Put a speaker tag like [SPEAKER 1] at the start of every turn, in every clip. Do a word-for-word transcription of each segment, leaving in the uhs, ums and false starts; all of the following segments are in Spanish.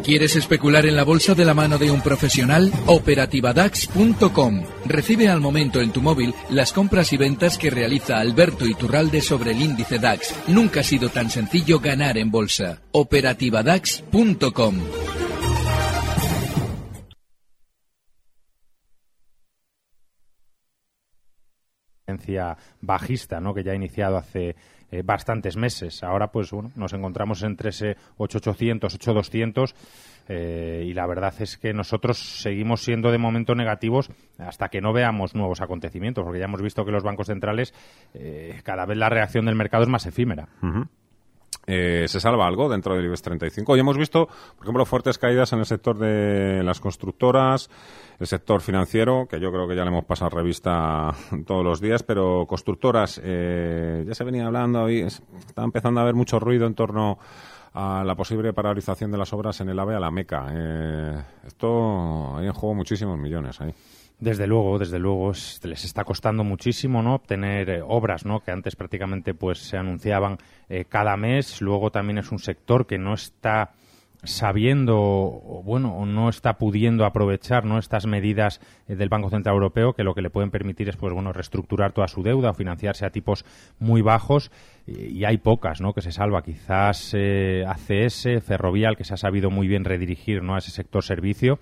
[SPEAKER 1] ¿Quieres especular en la bolsa de la mano de un profesional? operativa dax punto com. Recibe al momento en tu móvil las compras y ventas que realiza Alberto Iturralde sobre el índice DAX. Nunca ha sido tan sencillo ganar en bolsa. operativa dax punto com.
[SPEAKER 2] Bajista, ¿no?, que ya ha iniciado hace eh, bastantes meses. Ahora, pues bueno, nos encontramos entre ese ocho mil ochocientos, ocho mil doscientos eh, y la verdad es que nosotros seguimos siendo de momento negativos hasta que no veamos nuevos acontecimientos, porque ya hemos visto que los bancos centrales eh, cada vez la reacción del mercado es más efímera.
[SPEAKER 3] Uh-huh. Eh, ¿Se salva algo dentro del IBEX treinta y cinco? Hoy hemos visto, por ejemplo, fuertes caídas en el sector de las constructoras, el sector financiero, que yo creo que ya le hemos pasado revista todos los días, pero constructoras, eh, ya se venía hablando y está empezando a haber mucho ruido en torno a la posible paralización de las obras en el AVE a la Meca. Eh, esto, hay en juego muchísimos millones ahí.
[SPEAKER 2] Desde luego, desde luego, es, les está costando muchísimo, ¿no?, obtener eh, obras, ¿no?, que antes prácticamente pues se anunciaban eh, cada mes. Luego también es un sector que no está sabiendo, o bueno, o no está pudiendo aprovechar, ¿no?, estas medidas eh, del Banco Central Europeo, que lo que le pueden permitir es, pues bueno, reestructurar toda su deuda o financiarse a tipos muy bajos, y, y hay pocas, ¿no?, que se salva. Quizás eh, A C S, Ferrovial, que se ha sabido muy bien redirigir, ¿no?, a ese sector servicio.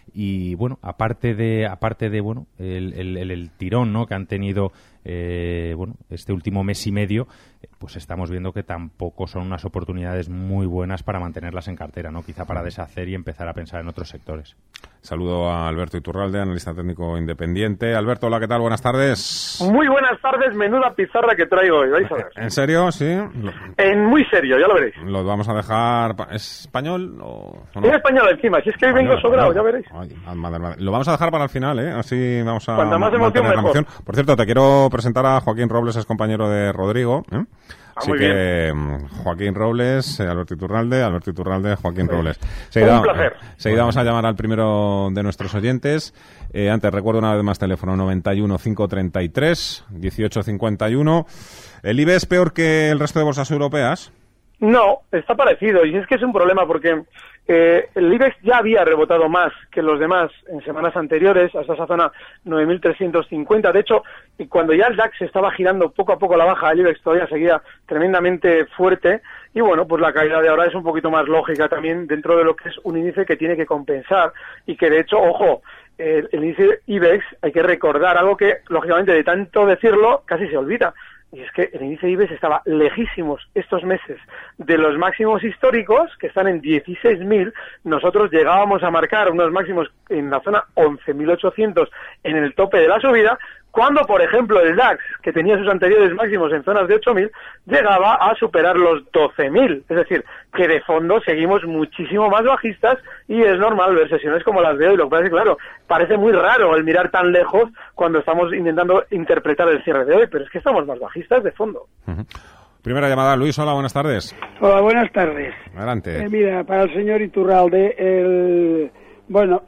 [SPEAKER 2] Y bueno, aparte de aparte de bueno el, el, el, el tirón, ¿no?, que han tenido eh, bueno este último mes y medio, pues estamos viendo que tampoco son unas oportunidades muy buenas para mantenerlas en cartera, ¿no?, quizá para deshacer y empezar a pensar en otros sectores.
[SPEAKER 3] Saludo a Alberto Iturralde, analista técnico independiente. Alberto, hola, ¿qué tal? Buenas tardes.
[SPEAKER 4] Muy buenas tardes, menuda pizarra que traigo hoy, vais a ver.
[SPEAKER 3] ¿En serio? Sí.
[SPEAKER 4] En muy serio, ya lo veréis.
[SPEAKER 3] ¿Lo vamos a dejar? ¿Es español o no?
[SPEAKER 4] Es español encima, si es que hoy vengo sobrado, ya veréis.
[SPEAKER 3] Ay, madre, madre. Lo vamos a dejar para el final, ¿eh? Así vamos a
[SPEAKER 4] Cuanta más emoción,
[SPEAKER 3] mantener la
[SPEAKER 4] mejor.
[SPEAKER 3] emoción. Por cierto, te quiero presentar a Joaquín Robles, es compañero de Rodrigo, ¿eh?
[SPEAKER 4] Ah,
[SPEAKER 3] Así
[SPEAKER 4] muy
[SPEAKER 3] que
[SPEAKER 4] bien.
[SPEAKER 3] Joaquín Robles, eh, Alberto Iturralde, Alberto Iturralde, Joaquín
[SPEAKER 4] Sí.
[SPEAKER 3] Robles.
[SPEAKER 4] Un
[SPEAKER 3] Seguida,
[SPEAKER 4] placer.
[SPEAKER 3] Seguida vamos a llamar al primero de nuestros oyentes. Eh, antes, recuerdo una vez más teléfono noventa y uno, cinco treinta y tres, dieciocho cincuenta y uno. ¿El IBEX es peor que el resto de bolsas europeas?
[SPEAKER 4] No, está parecido, y es que es un problema porque eh, el IBEX ya había rebotado más que los demás en semanas anteriores, hasta esa zona nueve mil trescientos cincuenta. De hecho, cuando ya el DAX estaba girando poco a poco a la baja, el IBEX todavía seguía tremendamente fuerte, y bueno, pues la caída de ahora es un poquito más lógica también dentro de lo que es un índice que tiene que compensar, y que de hecho, ojo, el, el índice IBEX, hay que recordar algo que, lógicamente, de tanto decirlo, casi se olvida. Y es que el índice IBEX estaba lejísimos estos meses de los máximos históricos, que están en dieciséis mil. Nosotros llegábamos a marcar unos máximos en la zona once mil ochocientos en el tope de la subida, cuando, por ejemplo, el DAX, que tenía sus anteriores máximos en zonas de ocho mil, llegaba a superar los doce mil. Es decir, que de fondo seguimos muchísimo más bajistas, y es normal ver sesiones como las de hoy. Lo que pasa es que, claro, parece muy raro el mirar tan lejos cuando estamos intentando interpretar el cierre de hoy, pero es que estamos más bajistas de fondo.
[SPEAKER 3] Uh-huh. Primera llamada, Luis, hola, buenas tardes.
[SPEAKER 5] Hola, buenas tardes.
[SPEAKER 3] Adelante.
[SPEAKER 5] Eh, mira, para el señor Iturralde, el, bueno,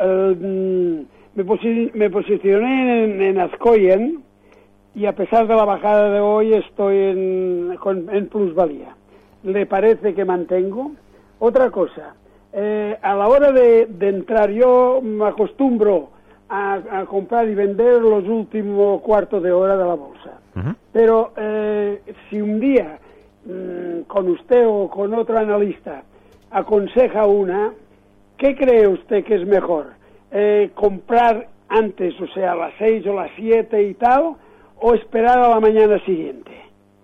[SPEAKER 5] el, me, posi me posicioné en, en Azcoyen, y a pesar de la bajada de hoy estoy en, con, en plusvalía. ¿Le parece que mantengo? Otra cosa, eh, a la hora de, de entrar, yo me acostumbro a, a comprar y vender los últimos cuartos de hora de la bolsa. Uh-huh. Pero eh, si un día mmm, con usted o con otro analista aconseja una, ¿qué cree usted que es mejor? Eh, ¿Comprar antes, o sea, a las seis o las siete y tal, o esperar a la mañana siguiente?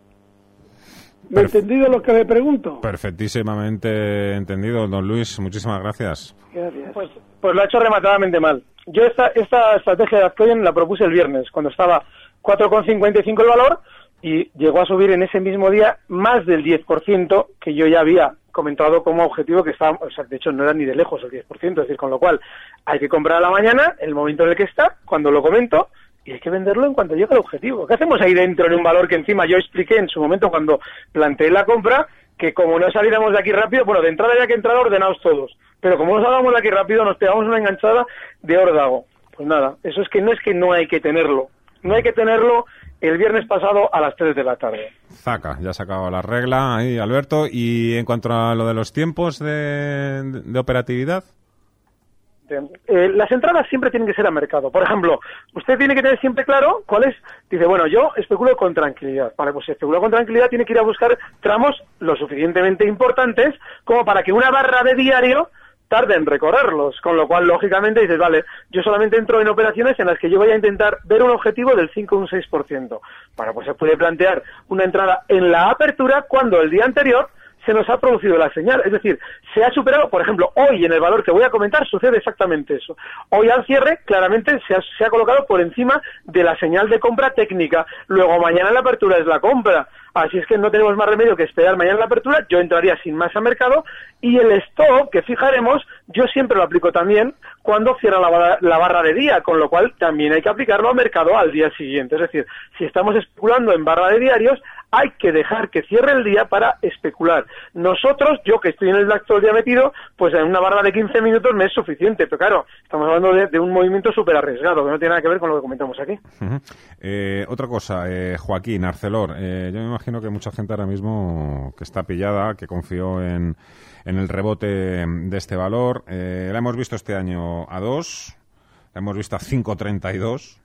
[SPEAKER 5] ¿Me ha entendido lo que le pregunto?
[SPEAKER 3] Perfectísimamente entendido, don Luis. Muchísimas gracias.
[SPEAKER 5] Gracias.
[SPEAKER 4] Pues, pues lo ha hecho rematadamente mal. Yo esta, esta estrategia de Azcoyen la propuse el viernes, cuando estaba cuatro coma cincuenta y cinco el valor, y llegó a subir en ese mismo día más del diez por ciento, que yo ya había comentado como objetivo, que estaba, o sea, de hecho no era ni de lejos el diez por ciento, es decir, con lo cual hay que comprar a la mañana, el momento en el que está, cuando lo comento, y hay que venderlo en cuanto llegue al objetivo. ¿Qué hacemos ahí dentro en un valor que encima yo expliqué en su momento cuando planteé la compra, que como no saliéramos de aquí rápido, bueno, de entrada ya que entrar ordenados todos, pero como no salgamos de aquí rápido nos pegamos una enganchada de órdago? Pues nada, eso es que no es que no hay que tenerlo, no hay que tenerlo el viernes pasado a las tres de la tarde.
[SPEAKER 3] Zaca, ya se acabó la regla ahí, Alberto. Y en cuanto a lo de los tiempos de, de operatividad...
[SPEAKER 4] Eh, las entradas siempre tienen que ser a mercado. Por ejemplo, usted tiene que tener siempre claro cuál es. Dice, bueno, yo especulo con tranquilidad. Vale, pues si especulo con tranquilidad tiene que ir a buscar tramos lo suficientemente importantes como para que una barra de diario tarde en recorrerlos, con lo cual, lógicamente, dices, vale, yo solamente entro en operaciones en las que yo voy a intentar ver un objetivo del cinco o un seis por ciento. Bueno, pues se puede plantear una entrada en la apertura cuando el día anterior se nos ha producido la señal, es decir, se ha superado, por ejemplo, hoy en el valor que voy a comentar sucede exactamente eso. Hoy al cierre, claramente, se ha, se ha colocado por encima de la señal de compra técnica, luego mañana en la apertura es la compra, así es que no tenemos más remedio que esperar mañana en la apertura, yo entraría sin más a mercado, y el stop, que fijaremos, yo siempre lo aplico también cuando cierra la, la barra de día, con lo cual también hay que aplicarlo a mercado al día siguiente, es decir, si estamos especulando en barra de diarios, hay que dejar que cierre el día para especular. Nosotros, yo que estoy en el Black todo el día metido, pues en una barra de quince minutos me es suficiente, pero claro, estamos hablando de, de un movimiento súper arriesgado, que no tiene nada que ver con lo que comentamos aquí.
[SPEAKER 3] Uh-huh. Eh, otra cosa, eh, Joaquín, Arcelor, eh, yo me imagino que mucha gente ahora mismo que está pillada, que confió en, en el rebote de este valor, eh, la hemos visto este año a dos, la hemos visto a cinco treinta y dos,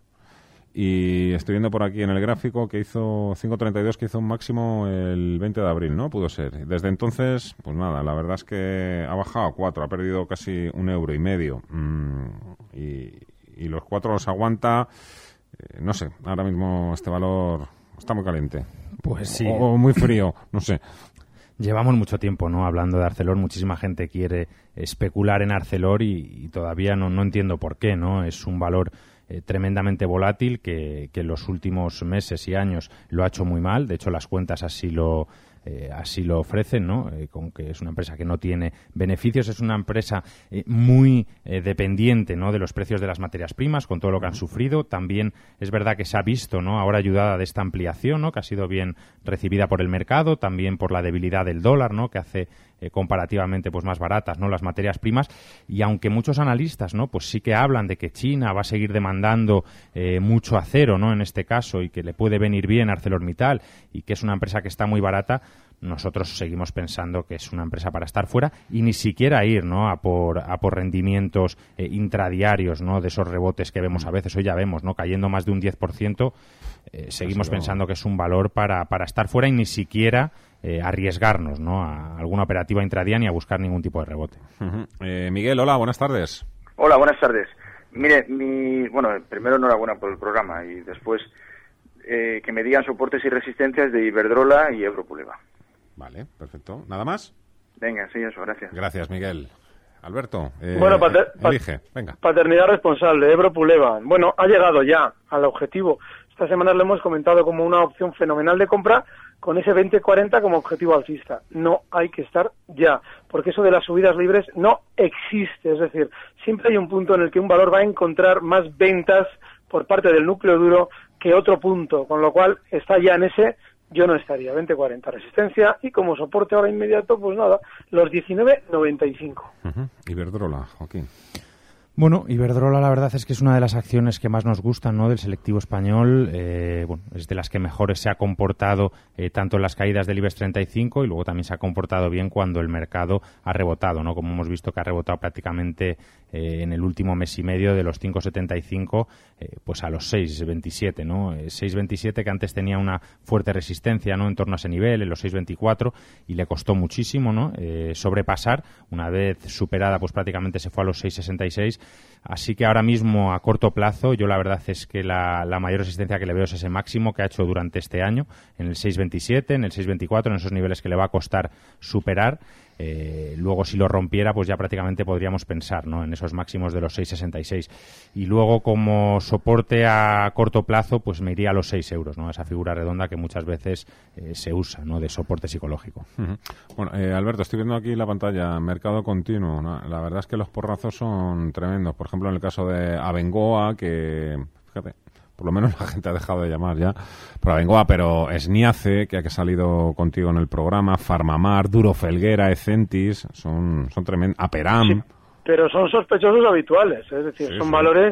[SPEAKER 3] y estoy viendo por aquí en el gráfico que hizo cinco treinta y dos, que hizo un máximo el veinte de abril, ¿no? Pudo ser. Desde entonces, pues nada, la verdad es que ha bajado a cuatro, ha perdido casi un euro y medio. Mm, y, y los cuatro los aguanta. Eh, no sé, ahora mismo este valor está muy caliente.
[SPEAKER 2] Pues sí.
[SPEAKER 3] O, o muy frío, no sé.
[SPEAKER 2] Llevamos mucho tiempo, ¿no?, hablando de Arcelor. Muchísima gente quiere especular en Arcelor y, y todavía no, no entiendo por qué, ¿no? Es un valor Eh, tremendamente volátil que, que en los últimos meses y años lo ha hecho muy mal. De hecho, las cuentas así lo eh, así lo ofrecen, ¿no? Eh, con que es una empresa que no tiene beneficios, es una empresa eh, muy eh, dependiente, ¿no?, de los precios de las materias primas, con todo lo que han sufrido. También es verdad que se ha visto, ¿no?, ahora ayudada de esta ampliación, ¿no?, que ha sido bien recibida por el mercado, también por la debilidad del dólar, ¿no?, que hace eh, comparativamente pues más baratas, ¿no?, las materias primas. Y aunque muchos analistas, ¿no?, pues sí que hablan de que China va a seguir demandando eh, mucho acero, ¿no?, en este caso, y que le puede venir bien a ArcelorMittal y que es una empresa que está muy barata, nosotros seguimos pensando que es una empresa para estar fuera y ni siquiera ir, ¿no?, a por a por rendimientos eh, intradiarios, ¿no?, de esos rebotes que vemos a veces. Hoy ya vemos, ¿no?, cayendo más de un diez por ciento. Eh, seguimos pensando que es un valor para, para estar fuera y ni siquiera eh, arriesgarnos, ¿no?, a alguna operativa intradía ni a buscar ningún tipo de rebote.
[SPEAKER 3] Uh-huh. eh, Miguel, hola, buenas tardes.
[SPEAKER 6] Hola, buenas tardes. Mire, mi, bueno, primero enhorabuena por el programa y después eh, que me digan soportes y resistencias de Iberdrola y Europuleva.
[SPEAKER 3] Vale, perfecto. ¿Nada más?
[SPEAKER 6] Venga, sí, eso, gracias.
[SPEAKER 3] Gracias, Miguel. Alberto, eh,
[SPEAKER 4] bueno, pater,
[SPEAKER 3] elige, venga.
[SPEAKER 4] Paternidad responsable, Europuleva. Bueno, ha llegado ya al objetivo. Esta semana lo hemos comentado como una opción fenomenal de compra con ese veinte cuarenta como objetivo alcista. No hay que estar ya, porque eso de las subidas libres no existe. Es decir, siempre hay un punto en el que un valor va a encontrar más ventas por parte del núcleo duro que otro punto, con lo cual está ya en ese. Yo no estaría, veinte cuarenta resistencia y como soporte ahora inmediato, pues nada, los diecinueve noventa y cinco.
[SPEAKER 3] Uh-huh. Iberdrola, Joaquín.
[SPEAKER 2] Bueno, Iberdrola la verdad es que es una de las acciones que más nos gustan, ¿no?, del selectivo español. Eh, bueno, es de las que mejores se ha comportado eh, tanto en las caídas del IBEX treinta y cinco y luego también se ha comportado bien cuando el mercado ha rebotado, ¿no?, como hemos visto que ha rebotado prácticamente eh, en el último mes y medio de los cinco setenta y cinco eh, pues a los seis veintisiete, ¿no? Eh, seis veintisiete que antes tenía una fuerte resistencia, ¿no?, en torno a ese nivel, en los seis veinticuatro, y le costó muchísimo, ¿no?, eh, sobrepasar. Una vez superada, pues prácticamente se fue a los seis sesenta y seis. Así que ahora mismo, a corto plazo, yo la verdad es que la, la mayor resistencia que le veo es ese máximo que ha hecho durante este año, en el seis veintisiete, en el seis veinticuatro, en esos niveles que le va a costar superar. Eh, luego, si lo rompiera, pues ya prácticamente podríamos pensar, ¿no?, en esos máximos de los seis sesenta y seis. Y luego, como soporte a corto plazo, pues me iría a los seis euros, ¿no?, esa figura redonda que muchas veces eh, se usa, ¿no?, de soporte psicológico.
[SPEAKER 3] Uh-huh. Bueno, eh, Alberto, estoy viendo aquí la pantalla, mercado continuo, ¿no? La verdad es que los porrazos son tremendos. Por ejemplo, en el caso de Abengoa, que, fíjate, por lo menos la gente ha dejado de llamar ya por Abengoa, pero Sniace, que ha salido contigo en el programa, Farmamar, Duro Felguera, Ecentis, son, son tremendos, Aperam.
[SPEAKER 4] Sí, pero son sospechosos habituales, es decir,
[SPEAKER 3] sí,
[SPEAKER 4] son
[SPEAKER 3] sí.
[SPEAKER 4] valores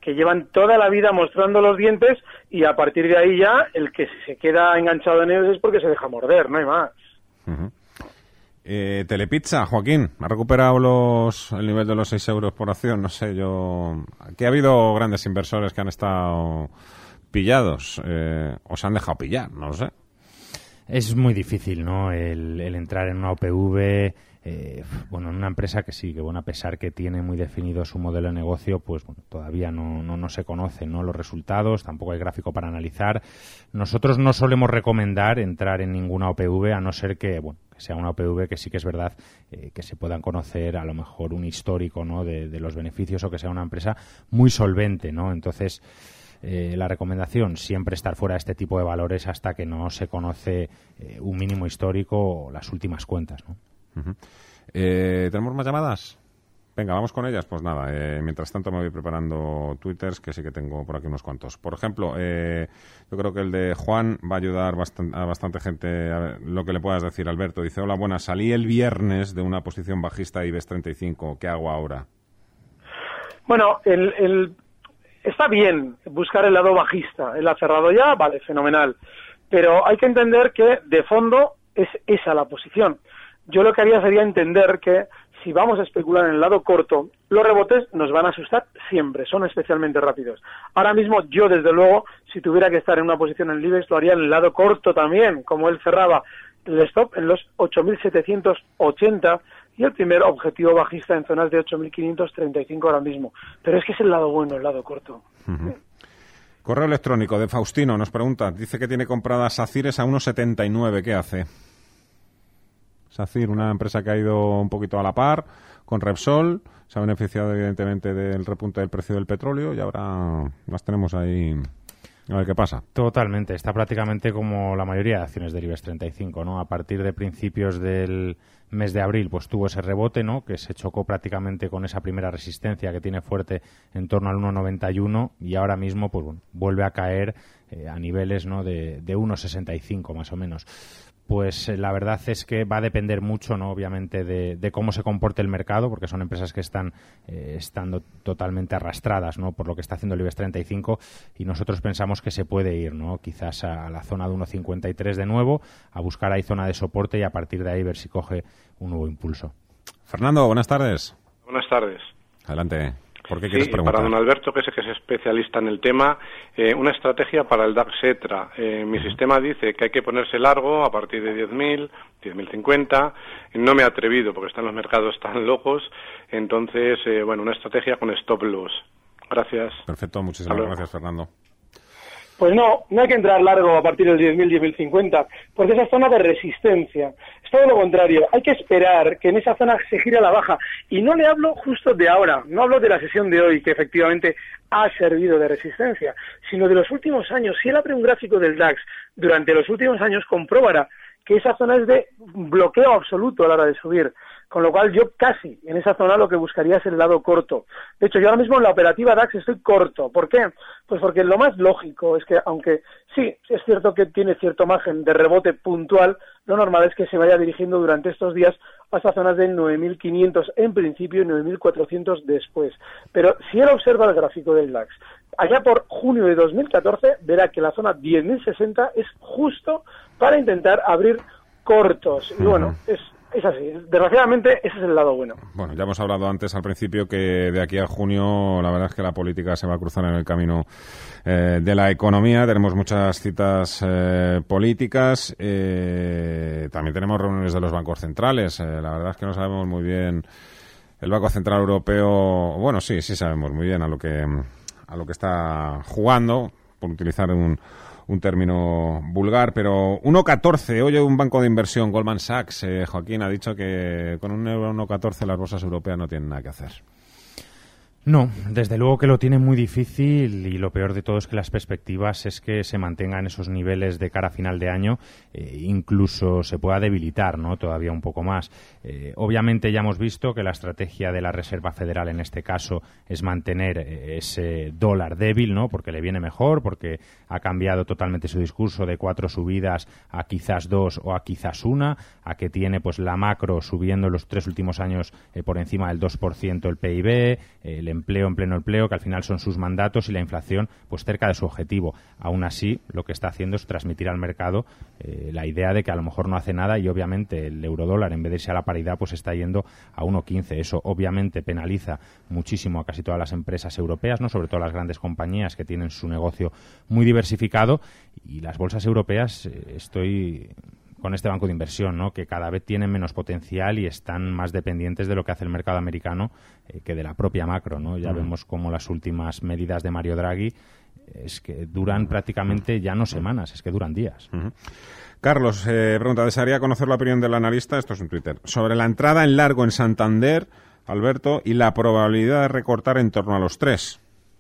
[SPEAKER 4] que llevan toda la vida mostrando los dientes y a partir de ahí ya el que se queda enganchado en ellos es porque se deja morder, no hay más.
[SPEAKER 3] Uh-huh. eh, Telepizza, Joaquín, ¿ha recuperado los el nivel de los seis euros por acción? No sé, yo... Aquí ha habido grandes inversores que han estado pillados, eh, o se han dejado pillar, no lo sé.
[SPEAKER 2] Es muy difícil, ¿no?, el, el entrar en una O P V... Eh, bueno, en una empresa que sí, que bueno, a pesar que tiene muy definido su modelo de negocio, pues bueno, todavía no, no, no se conocen, ¿no?, los resultados, tampoco hay gráfico para analizar. Nosotros no solemos recomendar entrar en ninguna O P V, a no ser que, bueno, que sea una O P V que sí que es verdad eh, que se puedan conocer a lo mejor un histórico, ¿no?, de, de los beneficios, o que sea una empresa muy solvente, ¿no? Entonces, Eh, la recomendación, siempre estar fuera de este tipo de valores hasta que no se conoce eh, un mínimo histórico o las últimas cuentas, ¿no?
[SPEAKER 3] Uh-huh. eh, ¿Tenemos más llamadas? Venga, vamos con ellas. Pues nada, eh, mientras tanto me voy preparando twitters, que sí que tengo por aquí unos cuantos. Por ejemplo, eh, yo creo que el de Juan va a ayudar bastan- a bastante gente. A ver, lo que le puedas decir, Alberto. Dice, hola, buenas, salí el viernes de una posición bajista de IBEX treinta y cinco. ¿Qué hago ahora?
[SPEAKER 4] Bueno, el... el... Está bien buscar el lado bajista. Él ha cerrado ya, vale, fenomenal. Pero hay que entender que de fondo es esa la posición. Yo lo que haría sería entender que si vamos a especular en el lado corto, los rebotes nos van a asustar siempre, son especialmente rápidos. Ahora mismo yo, desde luego, si tuviera que estar en una posición en el IBEX, lo haría en el lado corto también, como él cerraba el stop en los ocho mil setecientos ochenta y el primer objetivo bajista en zonas de ocho mil quinientos treinta y cinco ahora mismo. Pero es que es el lado bueno, el lado corto.
[SPEAKER 3] Uh-huh. Correo electrónico de Faustino nos pregunta, dice que tiene compradas SACIRes a uno setenta y nueve, ¿qué hace? SACIR, una empresa que ha ido un poquito a la par con Repsol, se ha beneficiado evidentemente del repunte del precio del petróleo y ahora las tenemos ahí. A ver qué pasa.
[SPEAKER 2] Totalmente, está prácticamente como la mayoría de acciones del IBEX treinta y cinco, ¿no? A partir de principios del mes de abril, pues tuvo ese rebote, ¿no?, que se chocó prácticamente con esa primera resistencia que tiene fuerte en torno al uno noventa y uno y ahora mismo, pues bueno, vuelve a caer eh, a niveles, ¿no?, de, de uno sesenta y cinco más o menos. Pues eh, la verdad es que va a depender mucho, ¿no?, obviamente de, de cómo se comporte el mercado, porque son empresas que están eh, estando totalmente arrastradas, ¿no?, por lo que está haciendo el IBEX treinta y cinco, y nosotros pensamos que se puede ir, ¿no?, quizás a, a la zona de uno cincuenta y tres de nuevo, a buscar ahí zona de soporte y a partir de ahí ver si coge un nuevo impulso.
[SPEAKER 3] Fernando, buenas tardes.
[SPEAKER 7] Buenas tardes.
[SPEAKER 3] Adelante. ¿Por qué
[SPEAKER 7] Sí,
[SPEAKER 3] quieres preguntar?
[SPEAKER 7] para don Alberto, que sé que es especialista en el tema, eh, una estrategia para el DAX ETRA. Eh, mi sistema dice que hay que ponerse largo a partir de diez mil, diez mil cincuenta. No me he atrevido porque están los mercados tan locos. Entonces, eh, bueno, una estrategia con stop loss. Gracias.
[SPEAKER 3] Perfecto, muchísimas gracias, Fernando.
[SPEAKER 4] Pues no, no hay que entrar largo a partir del diez mil, diez mil cincuenta, porque esa zona de resistencia. Es todo lo contrario, hay que esperar que en esa zona se gire a la baja. Y no le hablo justo de ahora, no hablo de la sesión de hoy, que efectivamente ha servido de resistencia, sino de los últimos años. Si él abre un gráfico del DAX durante los últimos años, comprobará que esa zona es de bloqueo absoluto a la hora de subir. Con lo cual yo casi en esa zona lo que buscaría es el lado corto. De hecho, yo ahora mismo en la operativa DAX estoy corto. ¿Por qué? Pues porque lo más lógico es que, aunque sí, es cierto que tiene cierto margen de rebote puntual, lo normal es que se vaya dirigiendo durante estos días hasta zonas de nueve mil quinientos en principio y nueve mil cuatrocientos después. Pero si él observa el gráfico del DAX, allá por junio de dos mil catorce, verá que la zona diez mil sesenta es justo para intentar abrir cortos. Y bueno, es... Es así, desgraciadamente ese es el lado bueno.
[SPEAKER 3] Bueno, ya hemos hablado antes al principio que de aquí a junio la verdad es que la política se va a cruzar en el camino eh, de la economía. Tenemos muchas citas eh, políticas, eh, también tenemos reuniones de los bancos centrales. Eh, la verdad es que no sabemos muy bien el Banco Central Europeo. Bueno, sí, sí sabemos muy bien a lo que a lo que está jugando, por utilizar un un término vulgar, pero uno catorce, oye, un banco de inversión, Goldman Sachs, eh, Joaquín, ha dicho que con un euro uno catorce las bolsas europeas no tienen nada que hacer.
[SPEAKER 2] No, desde luego que lo tiene muy difícil y lo peor de todo es que las perspectivas es que se mantengan esos niveles de cara a final de año, eh, incluso se pueda debilitar, ¿no?, todavía un poco más. Eh, obviamente ya hemos visto que la estrategia de la Reserva Federal en este caso es mantener eh, ese dólar débil, ¿no?, porque le viene mejor, porque ha cambiado totalmente su discurso de cuatro subidas a quizás dos o a quizás una, a que tiene pues la macro subiendo en los tres últimos años eh, por encima del dos por ciento el P I B, eh, el empleo en pleno empleo, que al final son sus mandatos, y la inflación pues cerca de su objetivo. Aún así, lo que está haciendo es transmitir al mercado eh, la idea de que a lo mejor no hace nada, y obviamente el eurodólar, en vez de irse a la paridad, pues está yendo a uno quince. Eso obviamente penaliza muchísimo a casi todas las empresas europeas, no, sobre todo las grandes compañías que tienen su negocio muy diversificado, y las bolsas europeas, eh, estoy con este banco de inversión, ¿no?, que cada vez tienen menos potencial y están más dependientes de lo que hace el mercado americano eh, que de la propia macro, ¿no? Ya uh-huh. vemos cómo las últimas medidas de Mario Draghi es que duran prácticamente ya no semanas, es que duran días.
[SPEAKER 3] Uh-huh. Carlos, eh, pregunta, desearía conocer la opinión del analista, esto es en Twitter, sobre la entrada en largo en Santander, Alberto, y la probabilidad de recortar en torno a los tres.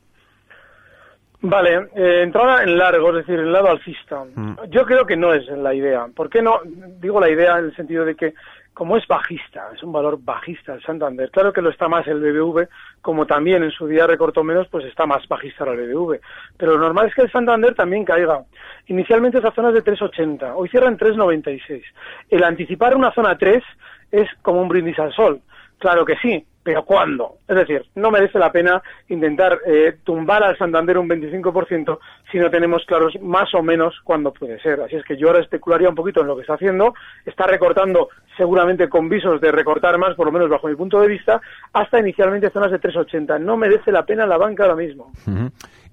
[SPEAKER 4] Vale, eh, entrada en largo, es decir, en lado alcista. Mm. Yo creo que no es la idea. ¿Por qué no? Digo la idea en el sentido de que, como es bajista, es un valor bajista el Santander, claro que lo está más el B B V, como también en su día recortó menos, pues está más bajista el B B V. Pero lo normal es que el Santander también caiga. Inicialmente esa zona es de tres ochenta, hoy cierra en tres noventa y seis. El anticipar una zona tres es como un brindis al sol. Claro que sí, pero ¿cuándo? Es decir, no merece la pena intentar eh, tumbar al Santander un veinticinco por ciento si no tenemos claros más o menos cuándo puede ser. Así es que yo ahora especularía un poquito en lo que está haciendo. Está recortando seguramente con visos de recortar más, por lo menos bajo mi punto de vista, hasta inicialmente zonas de tres ochenta. No merece la pena la banca ahora mismo.
[SPEAKER 3] Uh-huh.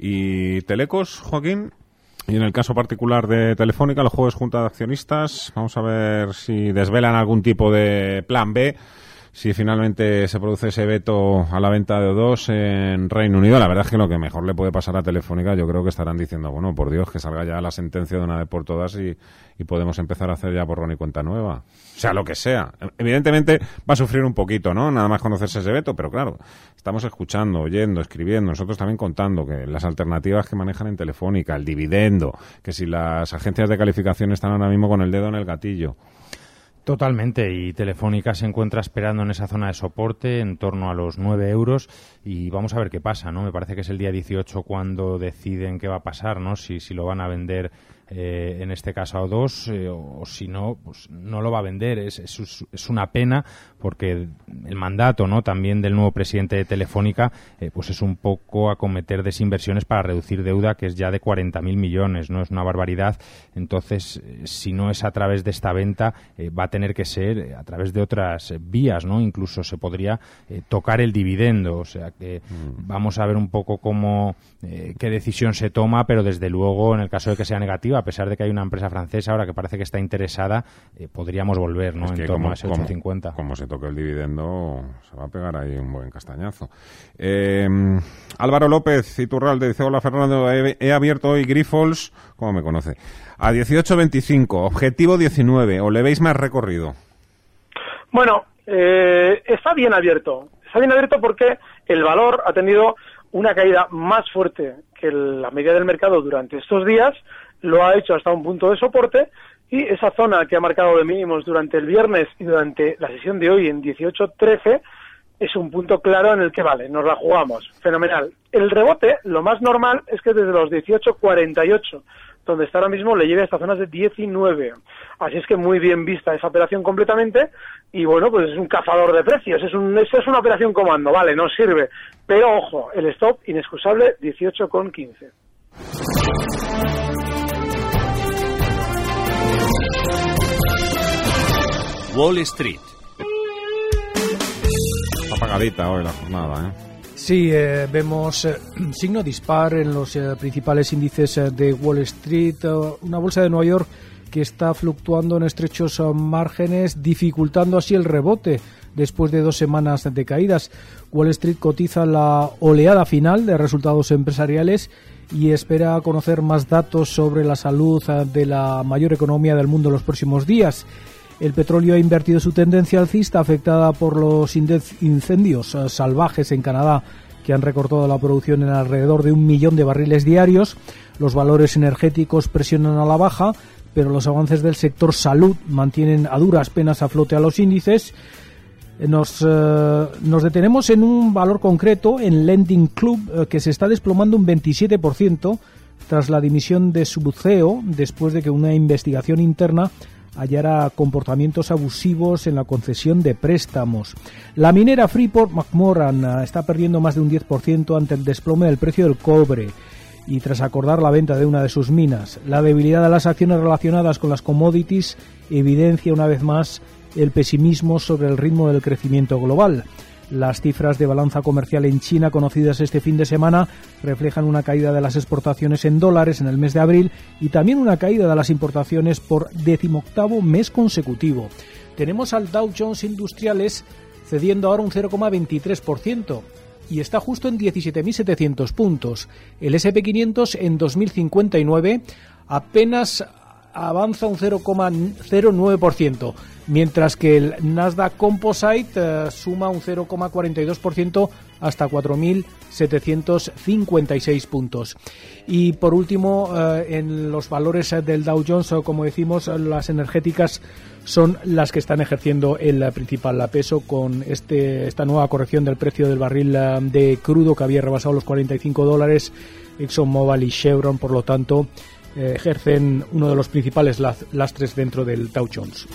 [SPEAKER 3] ¿Y Telecos, Joaquín? Y en el caso particular de Telefónica, los jueves junta de accionistas, vamos a ver si desvelan algún tipo de plan B, si finalmente se produce ese veto a la venta de O dos en Reino Unido. La verdad es que lo que mejor le puede pasar a Telefónica, yo creo que estarán diciendo, bueno, por Dios, que salga ya la sentencia de una vez por todas y, y podemos empezar a hacer ya borrón y cuenta nueva. O sea, lo que sea. Evidentemente va a sufrir un poquito, ¿no?, nada más conocerse ese veto, pero claro, estamos escuchando, oyendo, escribiendo, nosotros también contando que las alternativas que manejan en Telefónica, el dividendo, que si las agencias de calificación están ahora mismo con el dedo en el gatillo.
[SPEAKER 2] Totalmente, y Telefónica se encuentra esperando en esa zona de soporte en torno a los nueve euros, y vamos a ver qué pasa, ¿no? Me parece que es el día dieciocho cuando deciden qué va a pasar, ¿no? Si, si lo van a vender eh, en este caso a O dos eh, o, o si no, pues no lo va a vender. Es, es, es una pena porque el mandato, ¿no?, también del nuevo presidente de Telefónica eh, pues es un poco acometer desinversiones para reducir deuda, que es ya de cuarenta mil millones, ¿no? Es una barbaridad. Entonces, eh, si no es a través de esta venta, eh, va a tener que ser a través de otras eh, vías, ¿no? Incluso se podría eh, tocar el dividendo, o sea que mm. vamos a ver un poco cómo eh, qué decisión se toma, pero desde luego en el caso de que sea negativa, a pesar de que hay una empresa francesa ahora que parece que está interesada, eh, podríamos volver, ¿no?, en torno como, a ese ocho cincuenta.
[SPEAKER 3] Como, como se toque el dividendo, se va a pegar ahí un buen castañazo. Eh, Álvaro López Iturralde dice: hola Fernando, he, he abierto hoy Grifols, ¿cómo me conoce?, a dieciocho veinticinco, objetivo diecinueve, ¿o le veis más recorrido?
[SPEAKER 4] Bueno, eh, está bien abierto. Está bien abierto porque el valor ha tenido una caída más fuerte que la media del mercado durante estos días, lo ha hecho hasta un punto de soporte, y esa zona que ha marcado de mínimos durante el viernes y durante la sesión de hoy en dieciocho trece es un punto claro en el que, vale, nos la jugamos, fenomenal. El rebote, lo más normal es que desde los dieciocho cuarenta y ocho, donde está ahora mismo, le lleve a estas zonas de diecinueve. Así es que muy bien vista esa operación completamente, y bueno, pues es un cazador de precios, es, un, es una operación comando, vale, nos sirve. Pero ojo, el stop inexcusable dieciocho quince.
[SPEAKER 1] Wall Street.
[SPEAKER 3] Está apagadita hoy la jornada, ¿eh?
[SPEAKER 8] Sí, eh, vemos eh, signo dispar en los eh, principales índices eh, de Wall Street, eh, una bolsa de Nueva York que está fluctuando en estrechos eh, márgenes, dificultando así el rebote después de dos semanas de caídas. Wall Street cotiza la oleada final de resultados empresariales y espera conocer más datos sobre la salud eh, de la mayor economía del mundo en los próximos días. El petróleo ha invertido su tendencia alcista, afectada por los incendios salvajes en Canadá, que han recortado la producción en alrededor de un millón de barriles diarios. Los valores energéticos presionan a la baja, pero los avances del sector salud mantienen a duras penas a flote a los índices. Nos, eh, nos detenemos en un valor concreto, en Lending Club, eh, que se está desplomando un veintisiete por ciento tras la dimisión de su C E O, después de que una investigación interna hallara comportamientos abusivos en la concesión de préstamos. La minera Freeport-McMoRan está perdiendo más de un diez por ciento ante el desplome del precio del cobre y tras acordar la venta de una de sus minas. La debilidad de las acciones relacionadas con las commodities evidencia una vez más el pesimismo sobre el ritmo del crecimiento global. Las cifras de balanza comercial en China conocidas este fin de semana reflejan una caída de las exportaciones en dólares en el mes de abril y también una caída de las importaciones por decimoctavo mes consecutivo. Tenemos al Dow Jones Industriales cediendo ahora un cero coma veintitrés por ciento. Y está justo en diecisiete mil setecientos puntos. El ese and pe quinientos en dos mil cincuenta y nueve apenas avanza un cero coma cero nueve por ciento, mientras que el Nasdaq Composite eh, suma un cero coma cuarenta y dos por ciento hasta cuatro mil setecientos cincuenta y seis puntos. Y por último, eh, en los valores del Dow Jones, como decimos, las energéticas son las que están ejerciendo el principal peso con este esta nueva corrección del precio del barril de crudo que había rebasado los cuarenta y cinco dólares. ExxonMobil y Chevron, por lo tanto, eh, ejercen uno de los principales lastres dentro del Dow Jones.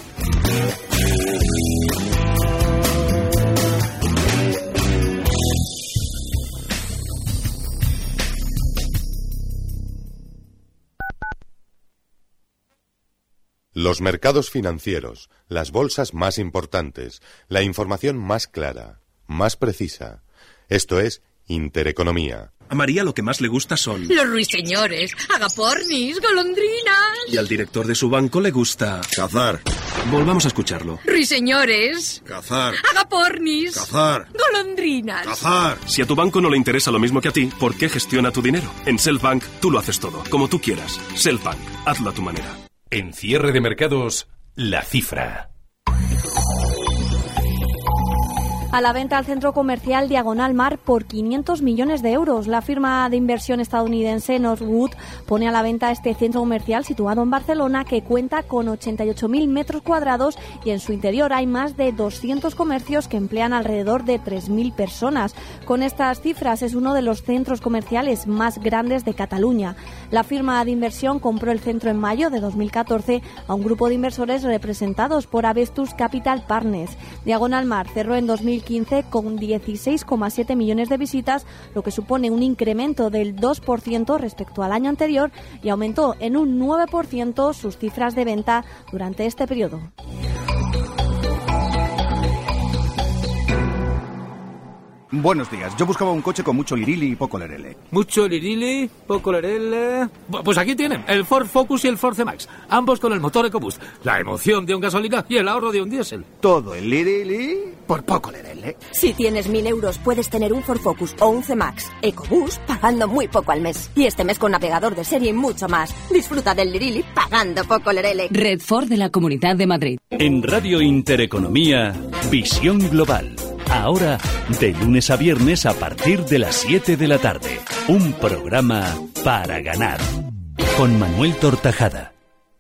[SPEAKER 9] Los mercados financieros, las bolsas más importantes, la información más clara, más precisa. Esto es Intereconomía.
[SPEAKER 10] A María lo que más le gusta son...
[SPEAKER 11] los ruiseñores, agapornis, golondrinas...
[SPEAKER 10] Y al director de su banco le gusta...
[SPEAKER 12] cazar.
[SPEAKER 10] Volvamos a escucharlo.
[SPEAKER 11] Ruiseñores...
[SPEAKER 12] cazar.
[SPEAKER 11] Agapornis...
[SPEAKER 12] cazar.
[SPEAKER 11] Golondrinas...
[SPEAKER 12] cazar.
[SPEAKER 10] Si a tu banco no le interesa lo mismo que a ti, ¿por qué gestiona tu dinero? En Selfbank tú lo haces todo, como tú quieras. Selfbank, hazlo a tu manera.
[SPEAKER 13] En cierre de mercados, la cifra.
[SPEAKER 14] A la venta al centro comercial Diagonal Mar por quinientos millones de euros. La firma de inversión estadounidense Northwood pone a la venta este centro comercial situado en Barcelona, que cuenta con ochenta y ocho mil metros cuadrados y en su interior hay más de doscientos comercios que emplean alrededor de tres mil personas. Con estas cifras es uno de los centros comerciales más grandes de Cataluña. La firma de inversión compró el centro en mayo de dos mil catorce a un grupo de inversores representados por Avestus Capital Partners. Diagonal Mar cerró en dos mil quince con dieciséis coma siete millones de visitas, lo que supone un incremento del dos por ciento respecto al año anterior, y aumentó en un nueve por ciento sus cifras de venta durante este periodo.
[SPEAKER 15] Buenos días. Yo buscaba un coche con mucho lirili y poco lerele.
[SPEAKER 16] Mucho lirili, poco lerele... Pues aquí tienen, el Ford Focus y el Ford C-Max. Ambos con el motor EcoBoost. La emoción de un gasolina y el ahorro de un diésel.
[SPEAKER 15] Todo el lirili por poco lerele.
[SPEAKER 17] Si tienes mil euros, puedes tener un Ford Focus o un C-Max EcoBoost pagando muy poco al mes. Y este mes con navegador de serie y mucho más. Disfruta del lirili pagando poco lerele.
[SPEAKER 18] Red Ford de la Comunidad de Madrid.
[SPEAKER 13] En Radio Intereconomía, Visión Global. Ahora, de lunes a viernes a partir de las siete de la tarde. Un programa para ganar. Con Manuel Tortajada.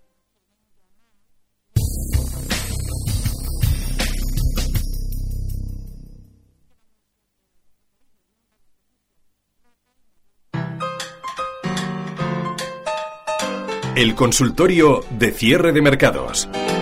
[SPEAKER 13] El consultorio de cierre de mercados.